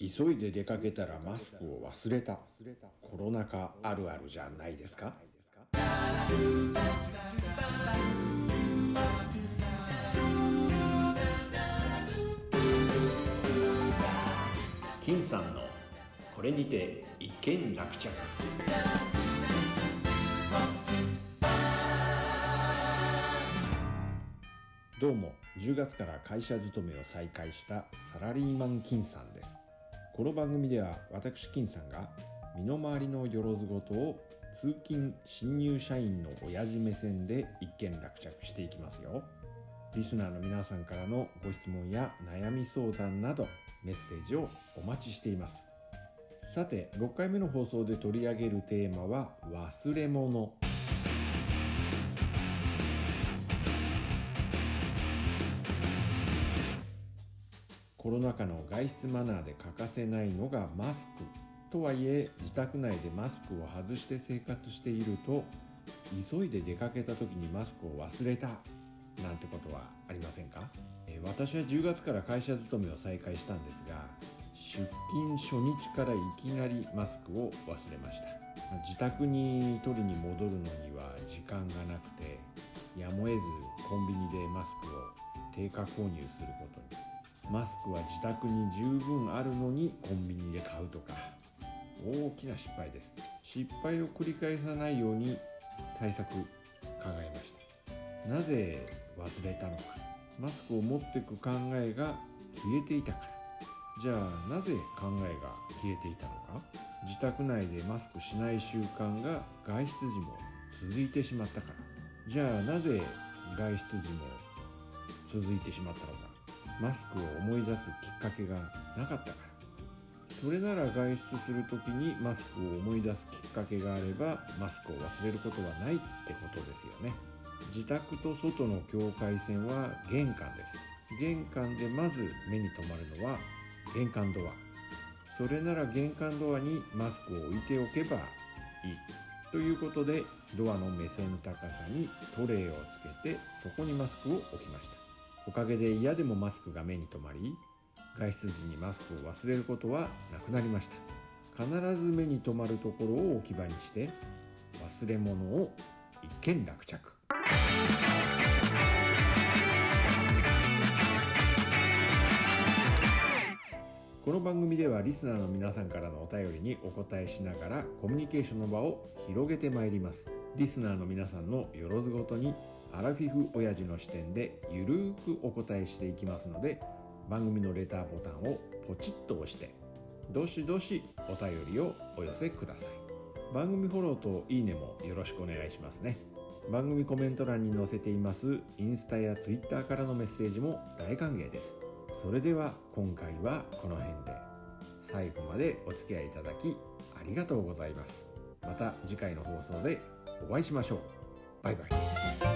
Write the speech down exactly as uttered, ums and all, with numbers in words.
急いで出かけたらマスクを忘れた。コロナ禍あるあるじゃないですか。金さんのこれにて一件落着。どうも、じゅうがつから会社勤めを再開したサラリーマン金さんです。この番組では私金さんが身の回りのよろずごとを通勤新入社員の親父目線で一件落着していきますよ。リスナーの皆さんからのご質問や悩み相談などメッセージをお待ちしています。さて、ろっかいめの放送で取り上げるテーマは忘れ物。コロナ禍の外出マナーで欠かせないのがマスクとはいえ、自宅内でマスクを外して生活していると、急いで出かけた時にマスクを忘れたなんてことはありませんか？えー、私はじゅうがつから会社勤めを再開したんですが、出勤初日からいきなりマスクを忘れました。自宅に取りに戻るのには時間がなくて、やむを得ずコンビニでマスクを定価購入することに。マスクは自宅に十分あるのにコンビニで買うとか、大きな失敗です。失敗を繰り返さないように対策考えました。なぜ忘れたのか。マスクを持っていく考えが消えていたから。じゃあなぜ考えが消えていたのか。自宅内でマスクしない習慣が外出時も続いてしまったから。じゃあなぜ外出時も続いてしまったのか。マスクを思い出すきっかけがなかったから。それなら外出するときにマスクを思い出すきっかけがあれば、マスクを忘れることはないってことですよね。自宅と外の境界線は玄関です。玄関でまず目に留まるのは玄関ドア。それなら玄関ドアにマスクを置いておけばいいということで、ドアの目線高さにトレイをつけて、そこにマスクを置きました。おかげで嫌でもマスクが目に留まり、外出時にマスクを忘れることはなくなりました。必ず目に留まるところを置き場にして、忘れ物を一件落着。この番組ではリスナーの皆さんからのお便りにお答えしながらコミュニケーションの場を広げてまいります。リスナーの皆さんのよろずごとにアラフィフ親父の視点でゆるーくお答えしていきますので、番組のレターボタンをポチッと押してどしどしお便りをお寄せください。番組フォローといいねもよろしくお願いしますね。番組コメント欄に載せていますインスタやツイッターからのメッセージも大歓迎です。それでは今回はこの辺で。最後までお付き合いいただきありがとうございます。また次回の放送でお会いしましょう。バイバイ。